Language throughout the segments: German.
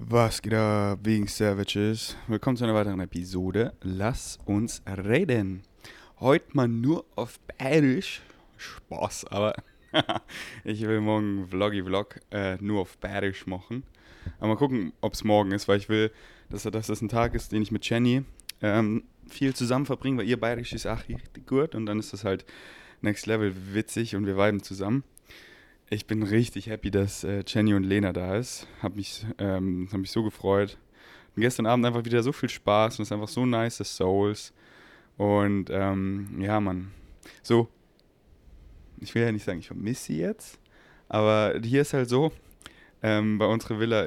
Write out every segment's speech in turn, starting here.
Was geht ab, wegen Savages? Willkommen zu einer weiteren Episode. Lass uns reden. Heute mal nur auf Bayerisch. Spaß, aber ich will morgen einen Vloggy-Vlog nur auf Bayerisch machen. Aber mal gucken, ob es morgen ist, weil ich will, dass das ein Tag ist, den ich mit Jenny viel zusammen verbringe, weil ihr Bayerisch ist auch richtig gut und dann ist das halt next level witzig und wir viben zusammen. Ich bin richtig happy, dass Jenny und Lena da ist. Hab mich so gefreut. Und gestern Abend einfach wieder so viel Spaß und es ist einfach so nice, das Souls. Und ja, Mann. So, ich will ja nicht sagen, ich vermisse sie jetzt. Aber hier ist halt so, bei unserer Villa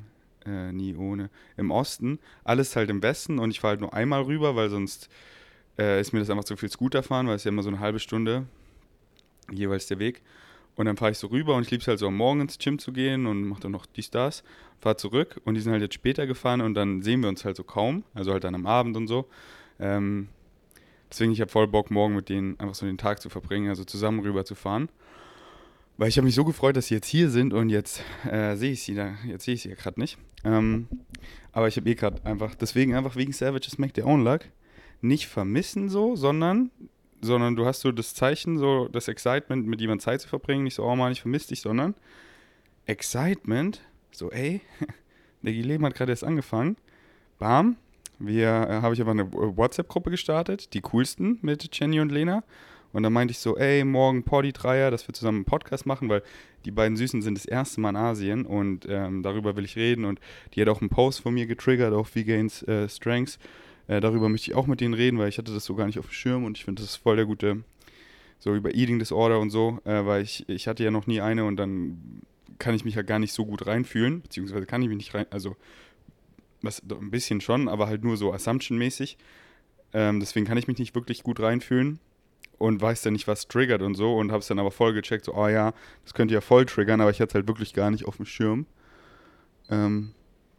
im Osten, alles halt im Westen und ich fahre halt nur einmal rüber, weil sonst ist mir das einfach zu viel Scooter fahren, weil es ja immer so eine halbe Stunde jeweils der Weg. Und dann fahre ich so rüber und ich liebe es halt so am Morgen ins Gym zu gehen und mache dann noch dies, das, fahre zurück und die sind halt jetzt später gefahren und dann sehen wir uns halt so kaum, also halt dann am Abend und so. Ähm, Deswegen, ich habe voll Bock, morgen mit denen einfach so den Tag zu verbringen, also zusammen rüber zu fahren. Weil ich habe mich so gefreut, dass sie jetzt hier sind und jetzt jetzt sehe ich sie ja gerade nicht. Aber ich habe eh gerade einfach, deswegen einfach wegen Savages Make Their Own Luck, nicht vermissen so, sondern du hast so das Zeichen, so das Excitement, mit jemandem Zeit zu verbringen, nicht so, oh Mann, ich vermisse dich, sondern Excitement, so ey, der Leben hat gerade erst angefangen, bam, habe ich aber eine WhatsApp-Gruppe gestartet, die coolsten mit Jenny und Lena und dann meinte ich so, ey, morgen Poddy-Dreier, dass wir zusammen einen Podcast machen, weil die beiden Süßen sind das erste Mal in Asien und darüber will ich reden und die hat auch einen Post von mir getriggert auf V-Gains Strengths. Darüber möchte ich auch mit denen reden, weil ich hatte das so gar nicht auf dem Schirm und ich finde, das ist voll der gute, so über Eating Disorder und so, weil ich hatte ja noch nie eine und dann kann ich mich ja gar nicht so gut reinfühlen, beziehungsweise kann ich mich nicht rein, also was, doch ein bisschen schon, aber halt nur so Assumption-mäßig. Deswegen kann ich mich nicht wirklich gut reinfühlen und weiß dann nicht, was triggert und so und habe es dann aber voll gecheckt, so, oh ja, das könnte ja voll triggern, aber ich hatte es halt wirklich gar nicht auf dem Schirm. Ähm,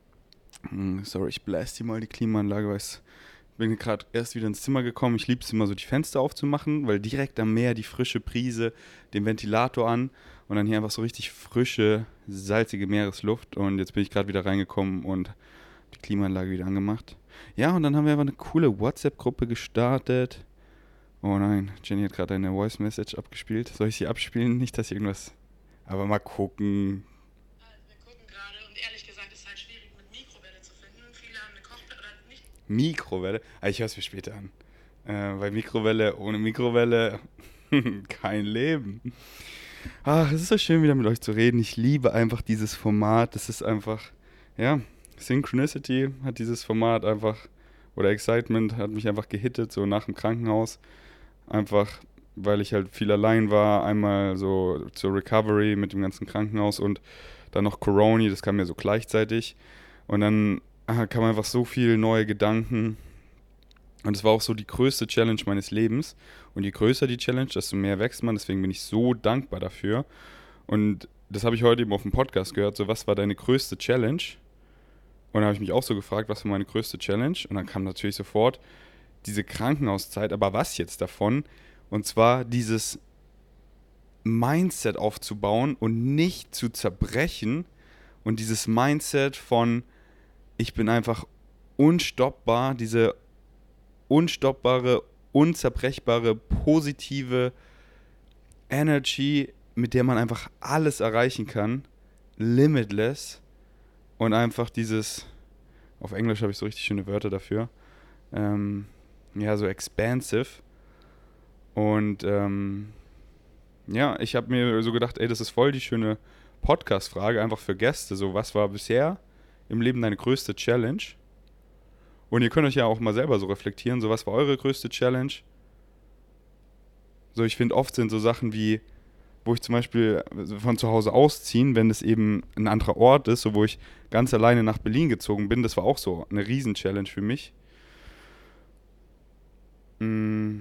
Sorry, ich blast hier mal die Klimaanlage, weil ich bin gerade erst wieder ins Zimmer gekommen. Ich liebe es immer so, die Fenster aufzumachen, weil direkt am Meer die frische Brise, den Ventilator an und dann hier einfach so richtig frische, salzige Meeresluft. Und jetzt bin ich gerade wieder reingekommen und die Klimaanlage wieder angemacht. Ja, und dann haben wir einfach eine coole WhatsApp-Gruppe gestartet. Oh nein, Jenny hat gerade eine Voice Message abgespielt. Soll ich sie abspielen? Nicht, dass irgendwas. Aber mal gucken. Wir gucken gerade und ehrlich gesagt ist es halt schwierig mit Mikrowelle zu finden. Viele haben eine Kochplatte oder nicht. Mikrowelle? Ah, ich höre es mir später an. Weil Mikrowelle, ohne Mikrowelle, kein Leben. Ach, es ist so schön, wieder mit euch zu reden. Ich liebe einfach dieses Format. Das ist einfach, ja, Synchronicity hat dieses Format einfach, oder Excitement hat mich einfach gehittet, so nach dem Krankenhaus. Einfach, weil ich halt viel allein war. Einmal so zur Recovery mit dem ganzen Krankenhaus und dann noch Corona, das kam mir so gleichzeitig. Und dann kamen einfach so viele neue Gedanken. Und es war auch so die größte Challenge meines Lebens. Und je größer die Challenge, desto mehr wächst man. Deswegen bin ich so dankbar dafür. Und das habe ich heute eben auf dem Podcast gehört. So, was war deine größte Challenge? Und dann habe ich mich auch so gefragt, was war meine größte Challenge? Und dann kam natürlich sofort diese Krankenhauszeit. Aber was jetzt davon? Und zwar dieses Mindset aufzubauen und nicht zu zerbrechen. Und dieses Mindset von, ich bin einfach unstoppbar, diese unstoppbare, unzerbrechbare, positive Energy, mit der man einfach alles erreichen kann. Limitless. Und einfach dieses, auf Englisch habe ich so richtig schöne Wörter dafür. Ja, so expansive. Und ja, ich habe mir so gedacht, ey, das ist voll die schöne Podcast-Frage, einfach für Gäste. So, was war bisher im Leben deine größte Challenge? Und ihr könnt euch ja auch mal selber so reflektieren, so was war eure größte Challenge? So, ich finde, oft sind so Sachen wie, wo ich zum Beispiel von zu Hause ausziehen, wenn es eben ein anderer Ort ist, so wo ich ganz alleine nach Berlin gezogen bin, das war auch so eine Riesen-Challenge für mich. Mm,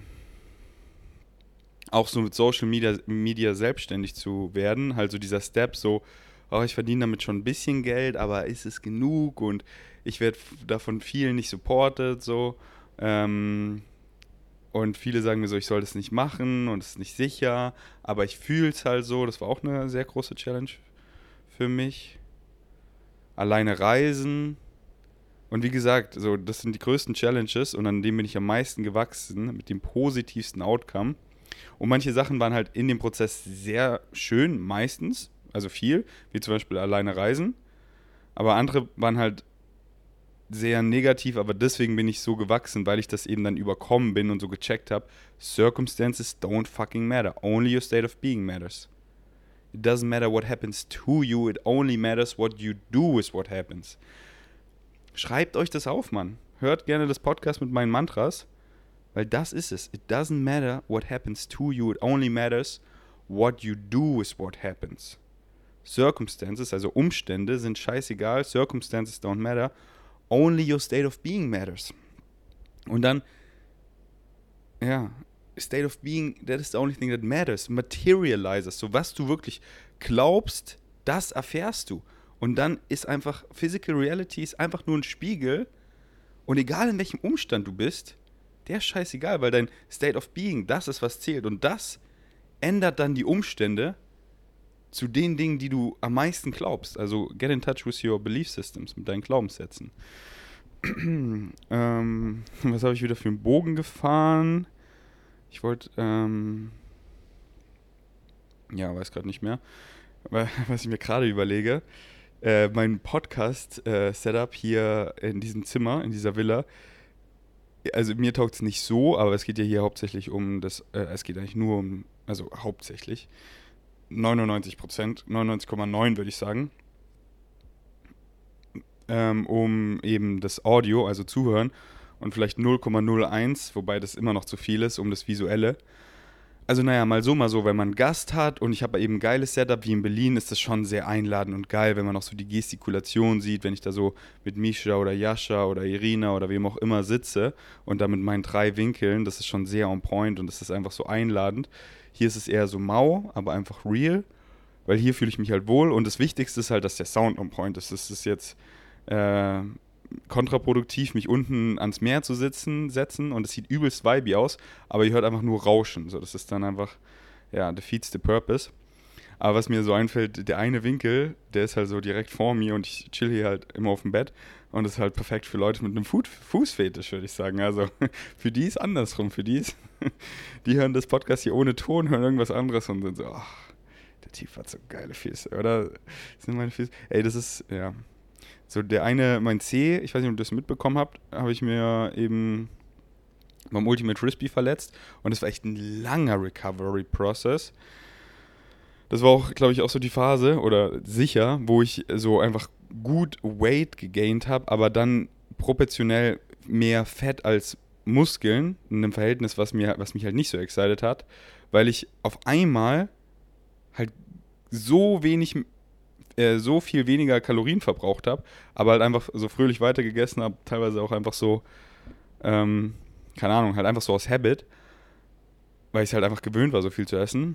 Auch so mit Social Media selbstständig zu werden, halt so dieser Step, so, oh, ich verdiene damit schon ein bisschen Geld, aber ist es genug? Und ich werde davon vielen nicht supported, so. Ähm, Und viele sagen mir so, ich soll das nicht machen und es ist nicht sicher, aber ich fühle es halt so. Das war auch eine sehr große Challenge für mich. alleine reisen. Und wie gesagt, so, das sind die größten Challenges und an dem bin ich am meisten gewachsen, mit dem positivsten Outcome. Und manche Sachen waren halt in dem Prozess sehr schön, meistens, also viel, wie zum Beispiel alleine reisen. Aber andere waren halt sehr negativ, aber deswegen bin ich so gewachsen, weil ich das eben dann überkommen bin und so gecheckt habe. Circumstances don't fucking matter. Only your state of being matters. It doesn't matter what happens to you, it only matters what you do with what happens. Schreibt euch das auf, Mann. Hört gerne das Podcast mit meinen Mantras, weil das ist es. It doesn't matter what happens to you, it only matters what you do with what happens. Circumstances, also Umstände, sind scheißegal. Circumstances don't matter. Only your state of being matters. Und dann, ja, state of being, that is the only thing that matters. Materializes. So, was du wirklich glaubst, das erfährst du. Und dann ist einfach, Physical Reality ist einfach nur ein Spiegel. Und egal in welchem Umstand du bist, der ist scheißegal, weil dein State of Being, das ist, was zählt. Und das ändert dann die Umstände zu den Dingen, die du am meisten glaubst. Also get in touch with your belief systems, mit deinen Glaubenssätzen. Was habe ich wieder für einen Bogen gefahren? Ich wollte, weiß gerade nicht mehr. Was ich mir gerade überlege, mein Podcast-Setup hier in diesem Zimmer, in dieser Villa, also mir taugt es nicht so, aber es geht ja hier hauptsächlich um das, es geht eigentlich nur um, also hauptsächlich, 99%, 99,9 würde ich sagen, um eben das Audio, also Zuhören, und vielleicht 0,01, wobei das immer noch zu viel ist, um das Visuelle. Also naja, mal so, wenn man einen Gast hat und ich habe eben ein geiles Setup wie in Berlin, ist das schon sehr einladend und geil, wenn man auch so die Gestikulation sieht, wenn ich da so mit Misha oder Jascha oder Irina oder wem auch immer sitze und da mit meinen 3 Winkeln, das ist schon sehr on point und das ist einfach so einladend. Hier ist es eher so mau, aber einfach real, weil hier fühle ich mich halt wohl und das Wichtigste ist halt, dass der Sound on point ist. Das ist jetzt kontraproduktiv, mich unten ans Meer zu setzen und es sieht übelst vibey aus, aber ihr hört einfach nur Rauschen. So, das ist dann einfach, ja, defeats the purpose. Aber was mir so einfällt, der eine Winkel, der ist halt so direkt vor mir und ich chill hier halt immer auf dem Bett und das ist halt perfekt für Leute mit einem Fußfetisch, würde ich sagen. Also für die ist andersrum, für die ist, die hören das Podcast hier ohne Ton, hören irgendwas anderes und sind so, ach, der Typ hat so geile Füße, oder? Das sind meine Füße. Ey, das ist, ja. So, der eine, mein C, ich weiß nicht, ob ihr das mitbekommen habt, habe ich mir eben beim Ultimate Frisbee verletzt und das war echt ein langer Recovery-Process. Das war auch, glaube ich, auch so die Phase, oder sicher, wo ich so einfach gut Weight gegaint habe, aber dann proportionell mehr Fett als Muskeln, in einem Verhältnis, was mich halt nicht so excited hat, weil ich auf einmal halt so viel weniger Kalorien verbraucht habe, aber halt einfach so fröhlich weiter gegessen habe, teilweise auch einfach so, keine Ahnung, halt einfach so aus Habit, weil ich es halt einfach gewöhnt war, so viel zu essen.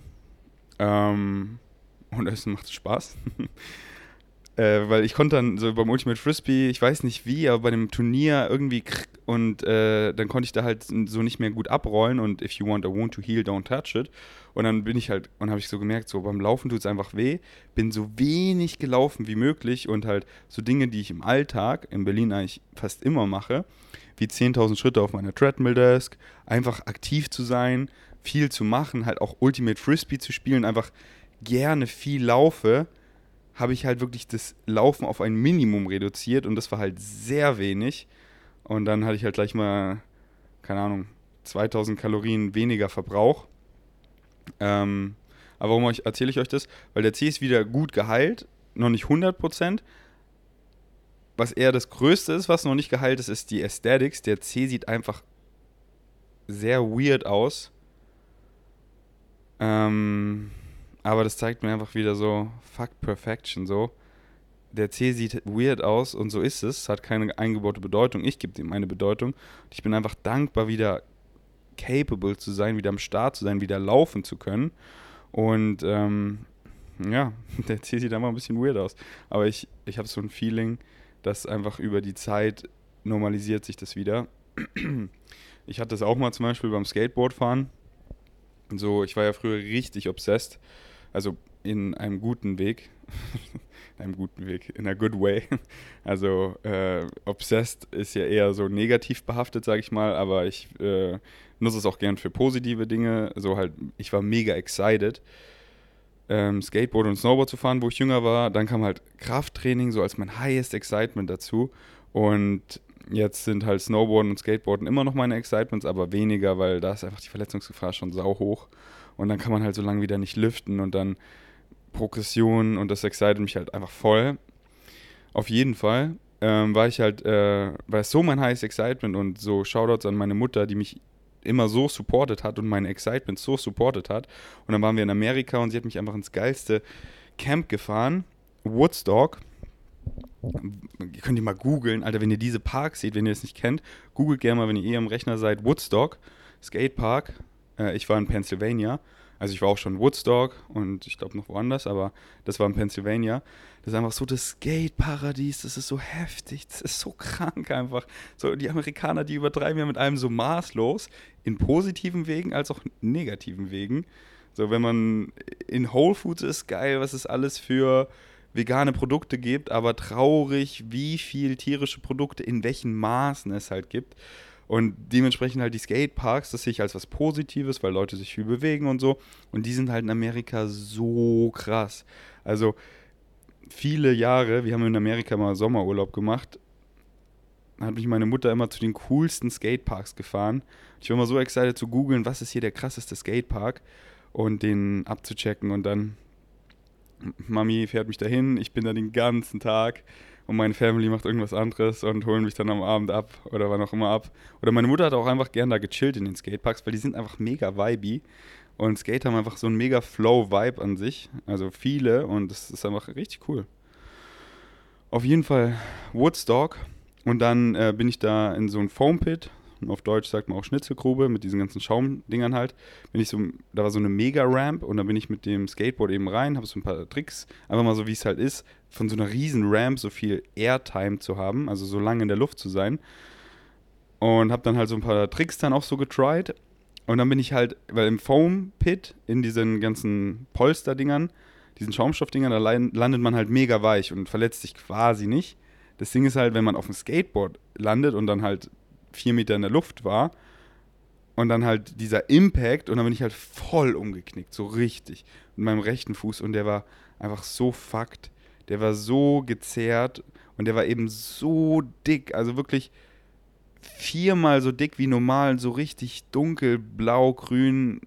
Und Essen macht Spaß. Weil ich konnte dann so beim Ultimate Frisbee, ich weiß nicht wie, aber bei dem Turnier irgendwie und dann konnte ich da halt so nicht mehr gut abrollen und if you want a wound to heal, don't touch it. Und dann bin ich halt, und habe ich so gemerkt, so beim Laufen tut es einfach weh, bin so wenig gelaufen wie möglich und halt so Dinge, die ich im Alltag in Berlin eigentlich fast immer mache, wie 10.000 Schritte auf meiner Treadmill-Desk, einfach aktiv zu sein, viel zu machen, halt auch Ultimate Frisbee zu spielen, einfach gerne viel laufe, habe ich halt wirklich das Laufen auf ein Minimum reduziert und das war halt sehr wenig. Und dann hatte ich halt gleich mal, keine Ahnung, 2000 Kalorien weniger Verbrauch. Aber warum erzähle ich euch das? Weil der C ist wieder gut geheilt, noch nicht 100%. Was eher das Größte ist, was noch nicht geheilt ist, ist die Aesthetics. Der C sieht einfach sehr weird aus. Aber das zeigt mir einfach wieder so, fuck Perfection, so. Der C sieht weird aus und so ist es. Hat keine eingebaute Bedeutung. Ich gebe ihm eine Bedeutung. Ich bin einfach dankbar, wieder capable zu sein, wieder am Start zu sein, wieder laufen zu können. Und ja, der C sieht einfach ein bisschen weird aus. Aber ich habe so ein Feeling, dass einfach über die Zeit normalisiert sich das wieder. Ich hatte das auch mal zum Beispiel beim Skateboardfahren. So, ich war ja früher richtig obsessed. Also in einem guten Weg. In einem guten Weg, in a good way. Also obsessed ist ja eher so negativ behaftet, sage ich mal, aber ich nutze es auch gern für positive Dinge. So halt, ich war mega excited, Skateboard und Snowboard zu fahren, wo ich jünger war. Dann kam halt Krafttraining so als mein highest excitement dazu. Und jetzt sind halt Snowboarden und Skateboarden immer noch meine Excitements, aber weniger, weil da ist einfach die Verletzungsgefahr schon sau hoch. Und dann kann man halt so lange wieder nicht lüften und dann Progression und das excited mich halt einfach voll. Auf jeden Fall war es so mein highest excitement und so Shoutouts an meine Mutter, die mich immer so supportet hat und meine Excitement so supportet hat. Und dann waren wir in Amerika und sie hat mich einfach ins geilste Camp gefahren, Woodstock. Ihr könnt ihr mal googeln, Alter, wenn ihr diese Parks seht, wenn ihr es nicht kennt, googelt gerne mal, wenn ihr am Rechner seid, Woodstock, Skatepark. Ich war in Pennsylvania, also ich war auch schon in Woodstock und ich glaube noch woanders, aber das war in Pennsylvania. Das ist einfach so das Skate-Paradies, das ist so heftig, das ist so krank einfach. So, die Amerikaner, die übertreiben ja mit allem so maßlos, in positiven Wegen als auch negativen Wegen. So, wenn man in Whole Foods ist, geil, was es alles für vegane Produkte gibt, aber traurig, wie viel tierische Produkte in welchen Maßen es halt gibt. Und dementsprechend halt die Skateparks, das sehe ich als was Positives, weil Leute sich viel bewegen und so. Und die sind halt in Amerika so krass. Also viele Jahre, wir haben in Amerika mal Sommerurlaub gemacht, hat mich meine Mutter immer zu den coolsten Skateparks gefahren. Ich war immer so excited zu googeln, was ist hier der krasseste Skatepark und den abzuchecken und dann Mami fährt mich dahin, ich bin da den ganzen Tag und meine Family macht irgendwas anderes und holen mich dann am Abend ab oder wann auch immer ab. Oder meine Mutter hat auch einfach gern da gechillt in den Skateparks, weil die sind einfach mega vibey und Skate haben einfach so einen mega Flow-Vibe an sich, also viele und das ist einfach richtig cool. Auf jeden Fall Woodstock und dann bin ich da in so ein Foam Pit. Auf Deutsch sagt man auch Schnitzelgrube mit diesen ganzen Schaumdingern halt. Da war so eine Mega-Ramp und da bin ich mit dem Skateboard eben rein, habe so ein paar Tricks, einfach mal so wie es halt ist, von so einer riesen Ramp so viel Airtime zu haben, also so lange in der Luft zu sein. Und habe dann halt so ein paar Tricks dann auch so getried. Und dann bin ich halt, weil im Foam Pit, in diesen ganzen Polsterdingern, diesen Schaumstoffdingern, da landet man halt mega weich und verletzt sich quasi nicht. Das Ding ist halt, wenn man auf dem Skateboard landet und dann halt 4 Meter in der Luft war und dann halt dieser Impact und dann bin ich halt voll umgeknickt, so richtig, mit meinem rechten Fuß und der war einfach so fucked, der war so gezerrt und der war eben so dick, also wirklich 4-mal so dick wie normal, so richtig dunkel, blau, grün,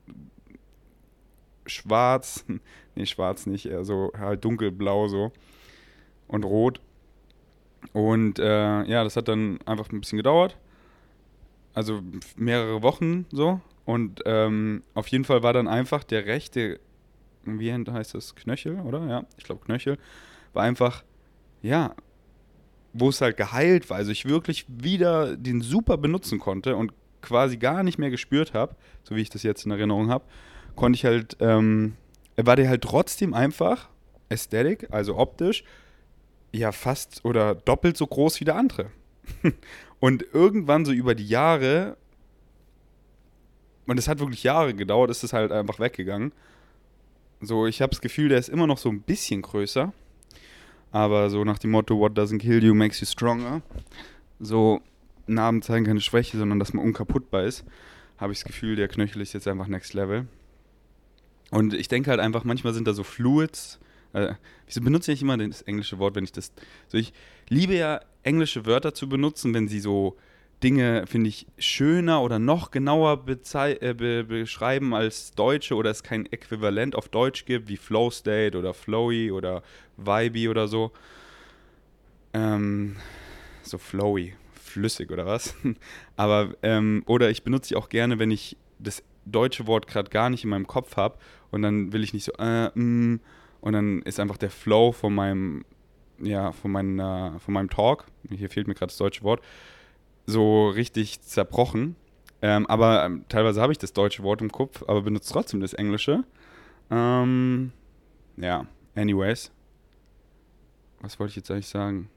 schwarz, nee, schwarz nicht, eher so halt dunkelblau so und rot und ja, das hat dann einfach ein bisschen gedauert. Also mehrere Wochen so. Und auf jeden Fall war dann einfach der rechte, wie heißt das, Knöchel, oder? Ja, ich glaube Knöchel, war einfach, ja, wo es halt geheilt war. Also ich wirklich wieder den super benutzen konnte und quasi gar nicht mehr gespürt habe, so wie ich das jetzt in Erinnerung habe, konnte ich halt, war der halt trotzdem einfach Aesthetic, also optisch, ja fast oder doppelt so groß wie der andere. Und irgendwann so über die Jahre, und es hat wirklich Jahre gedauert, ist es halt einfach weggegangen. So, ich habe das Gefühl, der ist immer noch so ein bisschen größer. Aber so nach dem Motto, what doesn't kill you makes you stronger. So, Narben zeigen keine Schwäche, sondern dass man unkaputtbar ist. Habe ich das Gefühl, der Knöchel ist jetzt einfach next level. Und ich denke halt einfach, manchmal sind da so Fluids. Wieso benutze ich immer das englische Wort, wenn ich das. So, ich liebe ja englische Wörter zu benutzen, wenn sie so Dinge, finde ich, schöner oder noch genauer beschreiben als deutsche oder es kein Äquivalent auf Deutsch gibt, wie Flow State oder Flowy oder Vibey oder so. So flowy, flüssig oder was. Aber, oder ich benutze sie auch gerne, wenn ich das deutsche Wort gerade gar nicht in meinem Kopf habe und dann will ich nicht so, und dann ist einfach der Flow von meinem, ja, von meinem Talk, hier fehlt mir gerade das deutsche Wort, so richtig zerbrochen. Aber teilweise habe ich das deutsche Wort im Kopf, aber benutze trotzdem das Englische. Ja, anyways. Was wollte ich jetzt eigentlich sagen?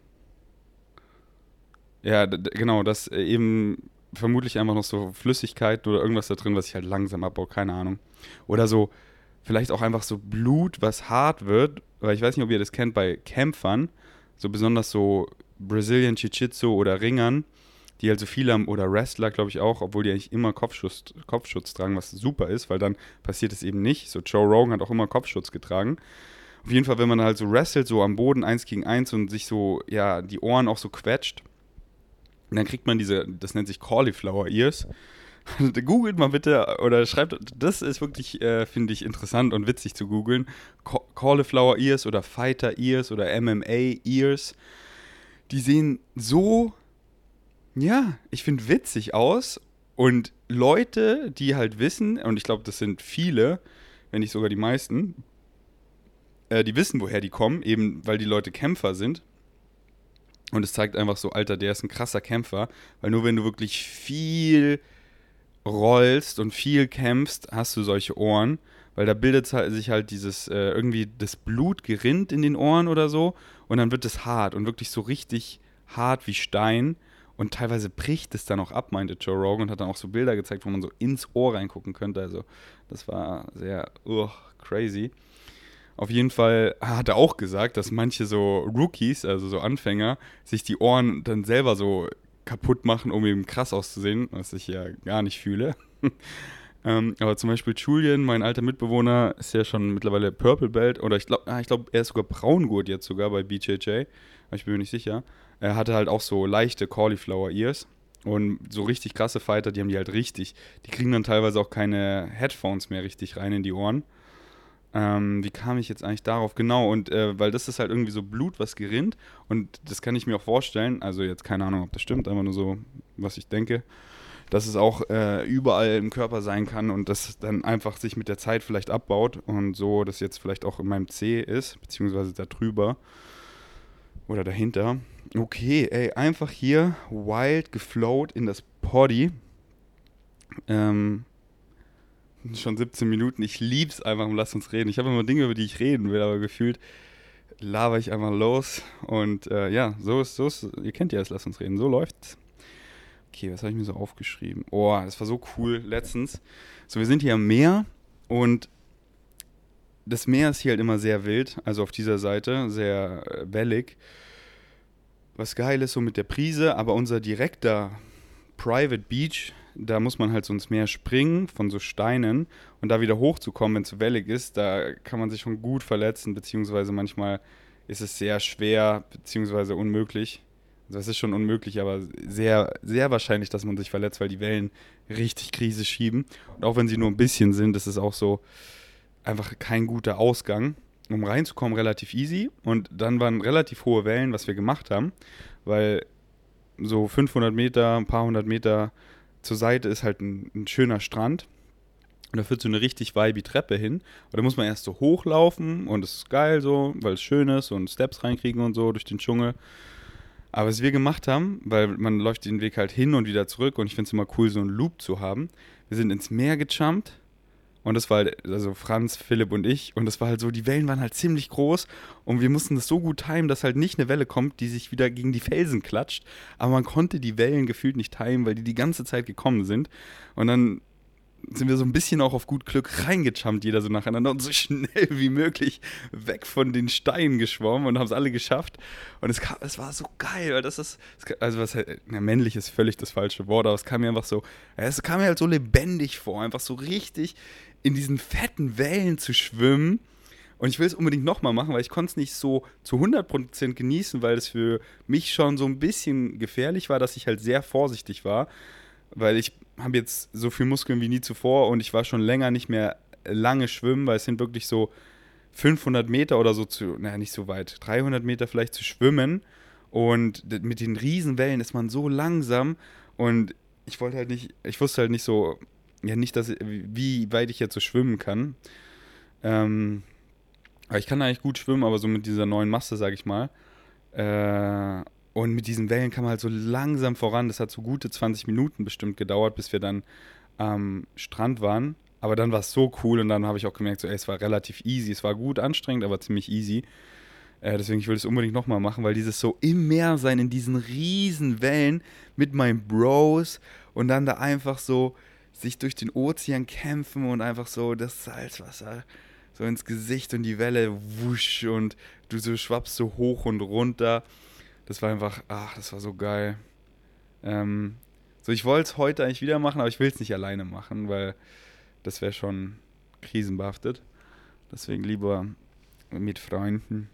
Ja, genau, das eben vermutlich einfach noch so Flüssigkeit oder irgendwas da drin, was ich halt langsam abbaue, keine Ahnung. Oder so vielleicht auch einfach so Blut, was hart wird, weil ich weiß nicht, ob ihr das kennt bei Kämpfern, so besonders so Brazilian Jiu-Jitsu oder Ringern, die halt so viele haben, oder Wrestler, glaube ich auch, obwohl die eigentlich immer Kopfschutz tragen, was super ist, weil dann passiert es eben nicht. So Joe Rogan hat auch immer Kopfschutz getragen. Auf jeden Fall, wenn man halt so wrestelt, so am Boden 1 gegen 1 und sich so, ja, die Ohren auch so quetscht, dann kriegt man diese, das nennt sich Cauliflower Ears. Googelt mal bitte oder schreibt, das ist wirklich, finde ich, interessant und witzig zu googeln. Cauliflower Ears oder Fighter Ears oder MMA Ears. Die sehen so, ja, ich finde witzig aus. Und Leute, die halt wissen, und ich glaube, das sind viele, wenn nicht sogar die meisten, die wissen, woher die kommen, eben weil die Leute Kämpfer sind. Und es zeigt einfach so, Alter, der ist ein krasser Kämpfer. Weil nur wenn du wirklich viel rollst und viel kämpfst, hast du solche Ohren, weil da bildet sich halt dieses, irgendwie das Blut gerinnt in den Ohren oder so und dann wird es hart und wirklich so richtig hart wie Stein und teilweise bricht es dann auch ab, meinte Joe Rogan und hat dann auch so Bilder gezeigt, wo man so ins Ohr reingucken könnte, also das war sehr crazy. Auf jeden Fall hat er auch gesagt, dass manche so Rookies, also so Anfänger, sich die Ohren dann selber so kaputt machen, um eben krass auszusehen, was ich ja gar nicht fühle. Aber zum Beispiel Julian, mein alter Mitbewohner, ist ja schon mittlerweile Purple Belt oder ich glaub, er ist sogar Braungurt jetzt sogar bei BJJ, aber ich bin mir nicht sicher. Er hatte halt auch so leichte Cauliflower Ears und so richtig krasse Fighter, die haben die halt richtig, die kriegen dann teilweise auch keine Headphones mehr richtig rein in die Ohren. Wie kam ich jetzt eigentlich darauf? Genau, und weil das ist halt irgendwie so Blut, was gerinnt. Und das kann ich mir auch vorstellen. Also jetzt keine Ahnung, ob das stimmt, einfach nur so, was ich denke. Dass es auch überall im Körper sein kann und das dann einfach sich mit der Zeit vielleicht abbaut. Und so das jetzt vielleicht auch in meinem Zeh ist, beziehungsweise da drüber oder dahinter. Okay, ey, einfach hier wild geflowt in das Poddy. Schon 17 Minuten. Ich lieb's einfach, lass uns reden. Ich habe immer Dinge, über die ich reden will, aber gefühlt laber ich einfach los. Und ja, so ist, ihr kennt ja das, lass uns reden. So läuft's. Okay, was habe ich mir so aufgeschrieben? Oh, das war so cool letztens. So, wir sind hier am Meer und das Meer ist hier halt immer sehr wild. Also auf dieser Seite, sehr wellig. Was geil ist, so mit der Prise, aber unser direkter Private Beach, da muss man halt so ins Meer springen von so Steinen und da wieder hochzukommen, wenn es zu wellig ist, da kann man sich schon gut verletzen, beziehungsweise manchmal ist es sehr schwer, beziehungsweise unmöglich. Also es ist schon unmöglich, aber sehr, sehr wahrscheinlich, dass man sich verletzt, weil die Wellen richtig Krise schieben. Und auch wenn sie nur ein bisschen sind, ist es auch so einfach kein guter Ausgang. Um reinzukommen, relativ easy. Und dann waren relativ hohe Wellen, was wir gemacht haben, weil so 500 Meter, ein paar hundert Meter zur Seite ist halt ein schöner Strand. Und da führt so eine richtig vibey Treppe hin. Und da muss man erst so hochlaufen und es ist geil so, weil es schön ist und Steps reinkriegen und so durch den Dschungel. Aber was wir gemacht haben, weil man läuft den Weg halt hin und wieder zurück und ich finde es immer cool, so einen Loop zu haben. Wir sind ins Meer gejumpt und das war halt, also Franz, Philipp und ich und das war halt so, die Wellen waren halt ziemlich groß und wir mussten das so gut timen, dass halt nicht eine Welle kommt, die sich wieder gegen die Felsen klatscht, aber man konnte die Wellen gefühlt nicht timen, weil die ganze Zeit gekommen sind und dann sind wir so ein bisschen auch auf gut Glück reingejumpt, jeder so nacheinander und so schnell wie möglich weg von den Steinen geschwommen und haben es alle geschafft. Und es war so geil, weil also was halt, männlich ist völlig das falsche Wort, aber es kam mir einfach so, es kam mir halt so lebendig vor, einfach so richtig in diesen fetten Wellen zu schwimmen. Und ich will es unbedingt nochmal machen, weil ich konnte es nicht so zu 100% genießen, weil es für mich schon so ein bisschen gefährlich war, dass ich halt sehr vorsichtig war. Weil ich habe jetzt so viel Muskeln wie nie zuvor und ich war schon länger nicht mehr lange schwimmen, weil es sind wirklich so 500 Meter oder so naja, nicht so weit, 300 Meter vielleicht zu schwimmen und mit den Riesenwellen ist man so langsam und ich wusste halt nicht so, ja nicht, wie weit ich jetzt so schwimmen kann. Aber ich kann eigentlich gut schwimmen, aber so mit dieser neuen Masse, sag ich mal. Und mit diesen Wellen kam man halt so langsam voran. Das hat so gute 20 Minuten bestimmt gedauert, bis wir dann am Strand waren. Aber dann war es so cool und dann habe ich auch gemerkt, so, ey, es war relativ easy. Es war gut anstrengend, aber ziemlich easy. Deswegen, ich will es unbedingt nochmal machen, weil dieses so im Meer sein, in diesen riesen Wellen mit meinen Bros und dann da einfach so sich durch den Ozean kämpfen und einfach so das Salzwasser so ins Gesicht und die Welle wusch und du so schwappst so hoch und runter. Das war einfach, das war so geil. So, ich wollte es heute eigentlich wieder machen, aber ich will es nicht alleine machen, weil das wäre schon krisenbehaftet. Deswegen lieber mit Freunden.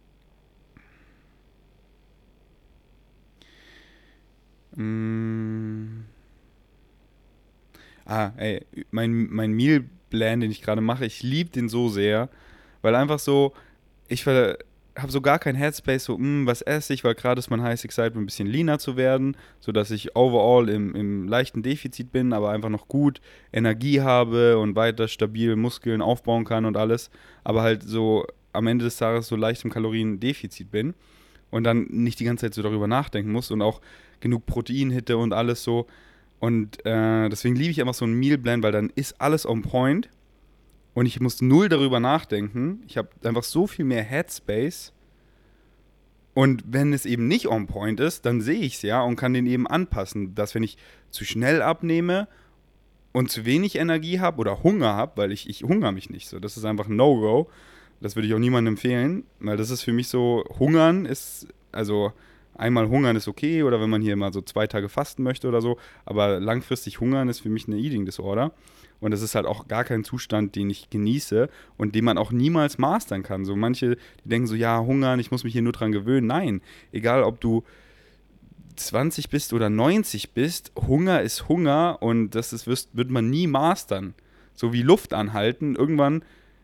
Ey, mein Mealplan, den ich gerade mache, ich liebe den so sehr, weil einfach so, ich habe so gar kein Headspace, so, was esse ich, weil gerade ist mein Highest Excitement ein bisschen leaner zu werden, sodass ich overall im leichten Defizit bin, aber einfach noch gut Energie habe und weiter stabil Muskeln aufbauen kann und alles, aber halt so am Ende des Tages so leicht im Kaloriendefizit bin und dann nicht die ganze Zeit so darüber nachdenken muss und auch genug Protein hitte und alles so. Und deswegen liebe ich einfach so einen Mealplan, weil dann ist alles on point und ich muss null darüber nachdenken. Ich habe einfach so viel mehr Headspace. Und wenn es eben nicht on point ist, dann sehe ich es ja und kann den eben anpassen. Dass wenn ich zu schnell abnehme und zu wenig Energie habe oder Hunger habe, weil ich hungere mich nicht so. Das ist einfach ein No-Go. Das würde ich auch niemandem empfehlen, weil das ist für mich so, Hungern ist, also einmal hungern ist okay oder wenn man hier mal so 2 Tage fasten möchte oder so, aber langfristig hungern ist für mich eine Eating Disorder und das ist halt auch gar kein Zustand, den ich genieße und den man auch niemals mastern kann. So manche, die denken so, ja, hungern, ich muss mich hier nur dran gewöhnen. Nein, egal ob du 20 bist oder 90 bist, Hunger ist Hunger und wird man nie mastern. So wie Luft anhalten, irgendwann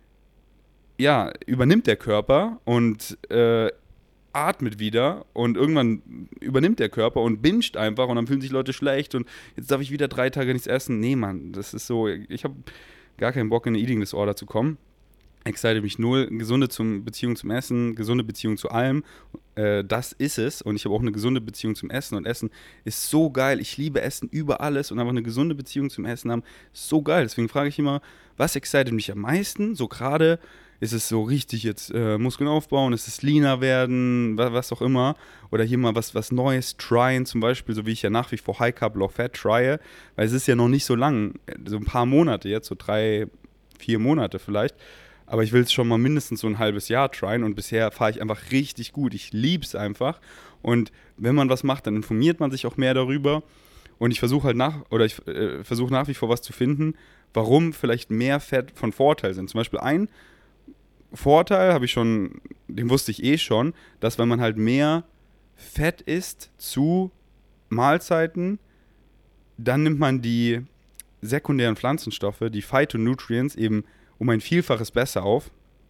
ja, übernimmt der Körper und atmet wieder und irgendwann übernimmt der Körper und binscht einfach und dann fühlen sich Leute schlecht und jetzt darf ich wieder 3 Tage nichts essen. Nee, Mann, das ist so, ich habe gar keinen Bock in eine Eating Disorder zu kommen. Excite mich null, gesunde Beziehung zum Essen, gesunde Beziehung zu allem, das ist es und ich habe auch eine gesunde Beziehung zum Essen und Essen ist so geil, ich liebe Essen über alles und einfach eine gesunde Beziehung zum Essen haben, ist so geil, deswegen frage ich immer, was excited mich am meisten, so gerade ist es so richtig jetzt Muskeln aufbauen, ist es leaner werden, was auch immer. Oder hier mal was Neues tryen, zum Beispiel, so wie ich ja nach wie vor High Carb, Low Fat trye, weil es ist ja noch nicht so lang, so ein paar Monate jetzt, so 3, 4 Monate vielleicht. Aber ich will es schon mal mindestens so ein halbes Jahr tryen und bisher fahre ich einfach richtig gut. Ich liebe es einfach. Und wenn man was macht, dann informiert man sich auch mehr darüber. Und ich versuche halt versuche nach wie vor was zu finden, warum vielleicht mehr Fett von Vorteil sind. Zum Beispiel ein Vorteil den wusste ich eh schon, dass wenn man halt mehr Fett isst zu Mahlzeiten, dann nimmt man die sekundären Pflanzenstoffe, die Phytonutrients, eben um ein Vielfaches besser auf.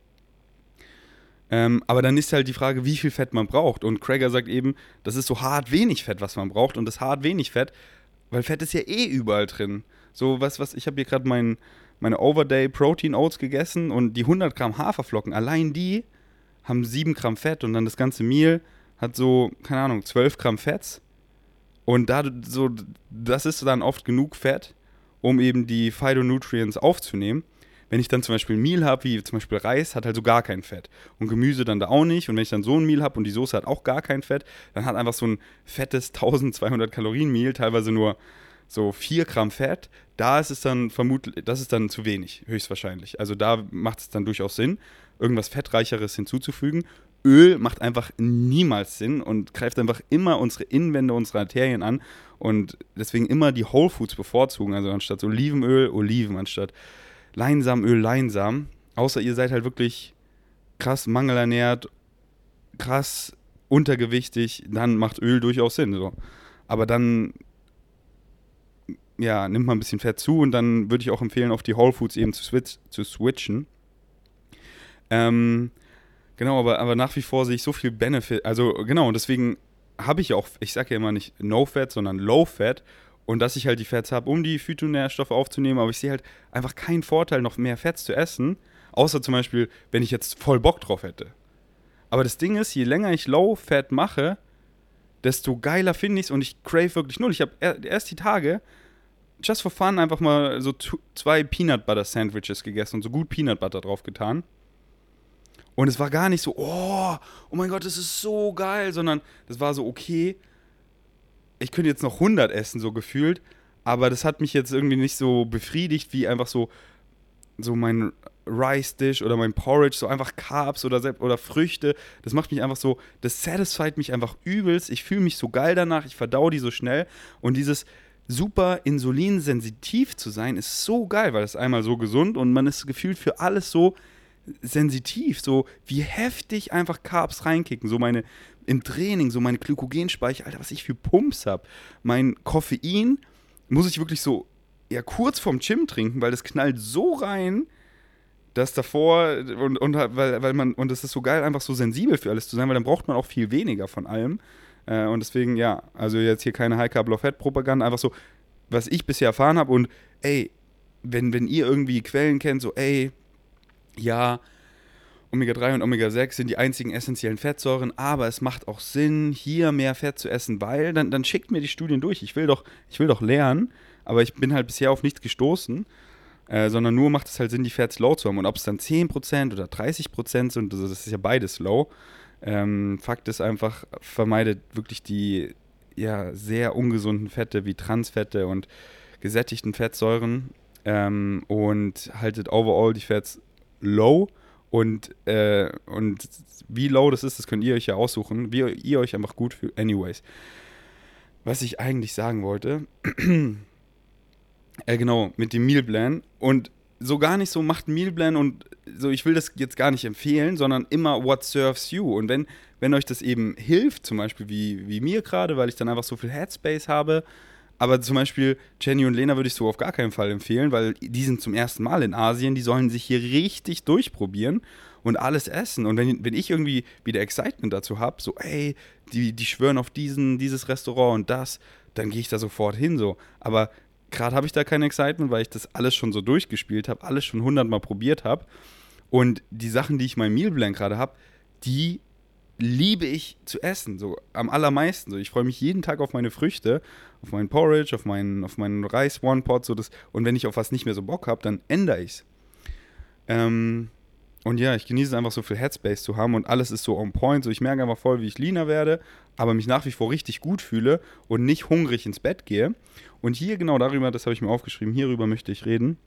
Aber dann ist halt die Frage, wie viel Fett man braucht. Und Crager sagt eben, das ist so hart wenig Fett, was man braucht. Und das hart wenig Fett, weil Fett ist ja eh überall drin. So ich habe hier gerade meine Overday Protein Oats gegessen und die 100 Gramm Haferflocken, allein die haben 7 Gramm Fett und dann das ganze Meal hat so, keine Ahnung, 12 Gramm Fett. Und das ist dann oft genug Fett, um eben die Phytonutrients aufzunehmen. Wenn ich dann zum Beispiel ein Meal habe, wie zum Beispiel Reis, hat halt so gar kein Fett. Und Gemüse dann da auch nicht. Und wenn ich dann so ein Meal habe und die Soße hat auch gar kein Fett, dann hat einfach so ein fettes 1200 Kalorien Meal teilweise nur so 4 Gramm Fett. Da ist es dann das ist dann zu wenig, höchstwahrscheinlich. Also da macht es dann durchaus Sinn, irgendwas Fettreicheres hinzuzufügen. Öl macht einfach niemals Sinn und greift einfach immer unsere Innenwände, unsere Arterien an. Und deswegen immer die Whole Foods bevorzugen. Also anstatt Olivenöl, Oliven, anstatt Leinsamenöl, Leinsamen. Außer ihr seid halt wirklich krass mangelernährt, krass untergewichtig, dann macht Öl durchaus Sinn. So. Aber dann nimmt man ein bisschen Fett zu und dann würde ich auch empfehlen, auf die Whole Foods eben zu switchen. Genau, aber nach wie vor sehe ich so viel Benefit. Also genau, und deswegen habe ich auch, ich sage ja immer nicht No Fat, sondern Low Fat. Und dass ich halt die Fats habe, um die Phytonährstoffe aufzunehmen, aber ich sehe halt einfach keinen Vorteil, noch mehr Fats zu essen, außer zum Beispiel, wenn ich jetzt voll Bock drauf hätte. Aber das Ding ist, je länger ich Low Fat mache, desto geiler finde ich es und ich crave wirklich null. Ich habe erst die Tage, just for fun, einfach mal so 2 Peanut Butter Sandwiches gegessen und so gut Peanut Butter drauf getan. Und es war gar nicht so, oh mein Gott, das ist so geil, sondern das war so, okay, ich könnte jetzt noch 100 essen, so gefühlt, aber das hat mich jetzt irgendwie nicht so befriedigt, wie einfach so mein Rice Dish oder mein Porridge, so einfach Carbs oder Früchte. Das macht mich einfach so, das satisfied mich einfach übelst. Ich fühle mich so geil danach, ich verdau die so schnell. Und dieses super insulinsensitiv zu sein, ist so geil, weil es einmal so gesund und man ist gefühlt für alles so sensitiv, so wie heftig einfach Carbs reinkicken, so im Training, so meine Glykogenspeicher, Alter, was ich für Pumps habe. Mein Koffein muss ich wirklich so kurz vorm Gym trinken, weil das knallt so rein, dass davor und es ist so geil, einfach so sensibel für alles zu sein, weil dann braucht man auch viel weniger von allem. Und deswegen, ja, also jetzt hier keine High-Carb-Low-Fat-Propaganda, einfach so, was ich bisher erfahren habe und ey, wenn ihr irgendwie Quellen kennt, so ey, ja, Omega-3 und Omega-6 sind die einzigen essentiellen Fettsäuren, aber es macht auch Sinn, hier mehr Fett zu essen, weil, dann schickt mir die Studien durch. Ich will doch lernen, aber ich bin halt bisher auf nichts gestoßen, sondern nur macht es halt Sinn, die Fats low zu haben. Und ob es dann 10% oder 30% sind, also das ist ja beides low. Fakt ist einfach, vermeidet wirklich die sehr ungesunden Fette wie Transfette und gesättigten Fettsäuren und haltet overall die Fats low. Und wie low das ist, das könnt ihr euch ja aussuchen, wie ihr euch einfach gut fühlt. Anyways, was ich eigentlich sagen wollte, genau, mit dem Mealplan und so gar nicht so, macht einen Mealplan und so, ich will das jetzt gar nicht empfehlen, sondern immer what serves you. Und wenn euch das eben hilft, zum Beispiel wie mir gerade, weil ich dann einfach so viel Headspace habe, aber zum Beispiel Jenny und Lena würde ich so auf gar keinen Fall empfehlen, weil die sind zum ersten Mal in Asien, die sollen sich hier richtig durchprobieren und alles essen. Und wenn ich irgendwie wieder Excitement dazu habe, so ey, die schwören auf dieses Restaurant und das, dann gehe ich da sofort hin so. Aber gerade habe ich da kein Excitement, weil ich das alles schon so durchgespielt habe, alles schon 100-mal probiert habe. Und die Sachen, die ich in meinem Mealplan gerade habe, die liebe ich zu essen, so am allermeisten. So. Ich freue mich jeden Tag auf meine Früchte, auf meinen Porridge, auf meinen Reis One Pot, so das. Und wenn ich auf was nicht mehr so Bock habe, dann ändere ich es. Und ja, ich genieße es einfach so viel Headspace zu haben und alles ist so on point. So, ich merke einfach voll, wie ich leaner werde, aber mich nach wie vor richtig gut fühle und nicht hungrig ins Bett gehe. Und hier genau darüber, das habe ich mir aufgeschrieben, hierüber möchte ich reden.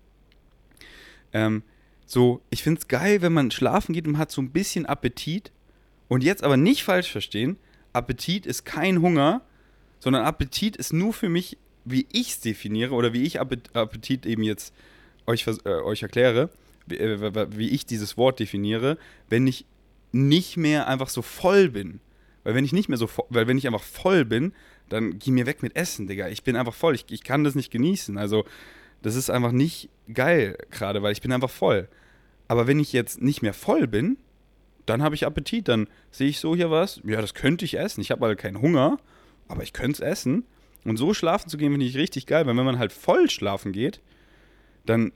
So, ich finde es geil, wenn man schlafen geht und hat so ein bisschen Appetit. Und jetzt aber nicht falsch verstehen, Appetit ist kein Hunger, sondern Appetit ist nur für mich, wie ich es definiere oder wie ich Appetit eben jetzt euch erkläre, wie ich dieses Wort definiere, wenn ich nicht mehr einfach so voll bin. Weil wenn ich einfach voll bin, dann geh mir weg mit Essen, Digga. Ich bin einfach voll, ich kann das nicht genießen. Also das ist einfach nicht geil gerade, weil ich bin einfach voll. Aber wenn ich jetzt nicht mehr voll bin, dann habe ich Appetit, dann sehe ich so hier was, ja, das könnte ich essen. Ich habe halt keinen Hunger, aber ich könnte es essen. Und so schlafen zu gehen, finde ich richtig geil, weil wenn man halt voll schlafen geht, dann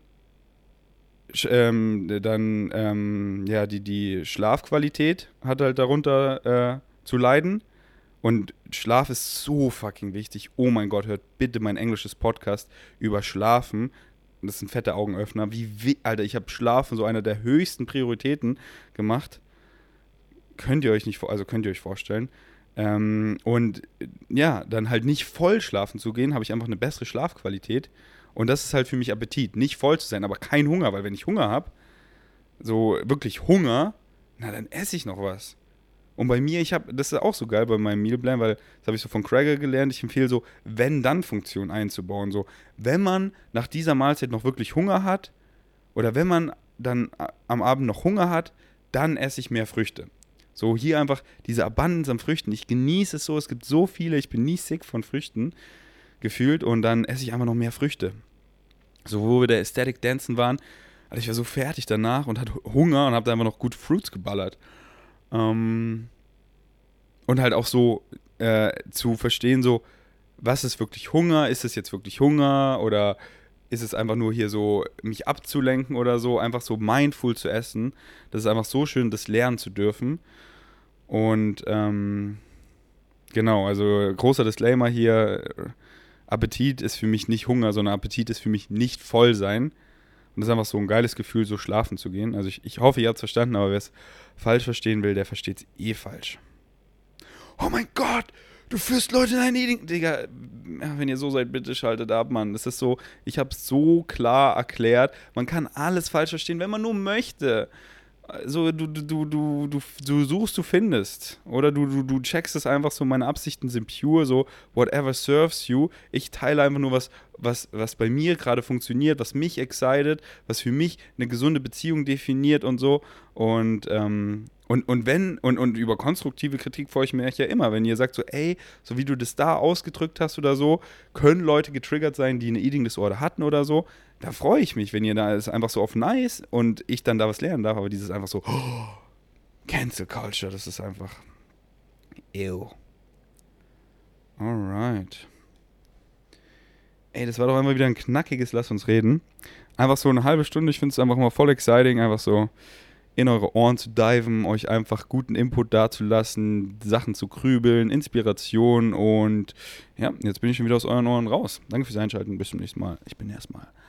die Schlafqualität hat halt darunter zu leiden. Und Schlaf ist so fucking wichtig. Oh mein Gott, hört bitte mein englisches Podcast über Schlafen. Das ist ein fetter Augenöffner. Alter, ich habe Schlafen so einer der höchsten Prioritäten gemacht. Könnt ihr euch vorstellen. Und ja, dann halt nicht voll schlafen zu gehen, habe ich einfach eine bessere Schlafqualität. Und das ist halt für mich Appetit. Nicht voll zu sein, aber kein Hunger, weil wenn ich Hunger habe, so wirklich Hunger, na dann esse ich noch was. Und bei mir, das ist auch so geil bei meinem Mealplan, weil das habe ich so von Craig gelernt, ich empfehle so Wenn-Dann-Funktion einzubauen. So, wenn man nach dieser Mahlzeit noch wirklich Hunger hat oder wenn man dann am Abend noch Hunger hat, dann esse ich mehr Früchte. So hier einfach diese Abundance an Früchten. Ich genieße es so, es gibt so viele, ich bin nie sick von Früchten gefühlt und dann esse ich einfach noch mehr Früchte. So, wo wir der Aesthetic Dancen waren, also ich war so fertig danach und hatte Hunger und habe da einfach noch gut Fruits geballert. Und halt auch so zu verstehen, so, was ist wirklich Hunger? Ist es jetzt wirklich Hunger? Oder ist es einfach nur hier so, mich abzulenken oder so? Einfach so mindful zu essen. Das ist einfach so schön, das lernen zu dürfen. Und genau, also großer Disclaimer hier, Appetit ist für mich nicht Hunger, sondern Appetit ist für mich nicht voll sein. Und das ist einfach so ein geiles Gefühl, so schlafen zu gehen. Also ich hoffe, ihr habt es verstanden, aber wer es falsch verstehen will, der versteht es falsch. Oh mein Gott, du führst Leute in ein Eating... Digga, ja, wenn ihr so seid, bitte schaltet ab, Mann. Das ist so, ich habe es so klar erklärt. Man kann alles falsch verstehen, wenn man nur möchte. Also du suchst, du findest. Oder du checkst es einfach so, meine Absichten sind pure, so whatever serves you. Ich teile einfach nur was bei mir gerade funktioniert, was mich excited, was für mich eine gesunde Beziehung definiert und so. Und über konstruktive Kritik freue ich mich ja immer, wenn ihr sagt so, ey, so wie du das da ausgedrückt hast oder so, können Leute getriggert sein, die eine Eating Disorder hatten oder so. Da freue ich mich, wenn ihr da ist einfach so auf nice und ich dann da was lernen darf, aber dieses einfach so, oh, Cancel Culture, das ist einfach ew. Alright. Ey, das war doch immer wieder ein knackiges Lass uns reden. Einfach so eine halbe Stunde, ich finde es einfach immer voll exciting, einfach so in eure Ohren zu diven, euch einfach guten Input dazulassen, Sachen zu grübeln, Inspiration und ja, jetzt bin ich schon wieder aus euren Ohren raus. Danke fürs Einschalten, bis zum nächsten Mal. Ich bin erstmal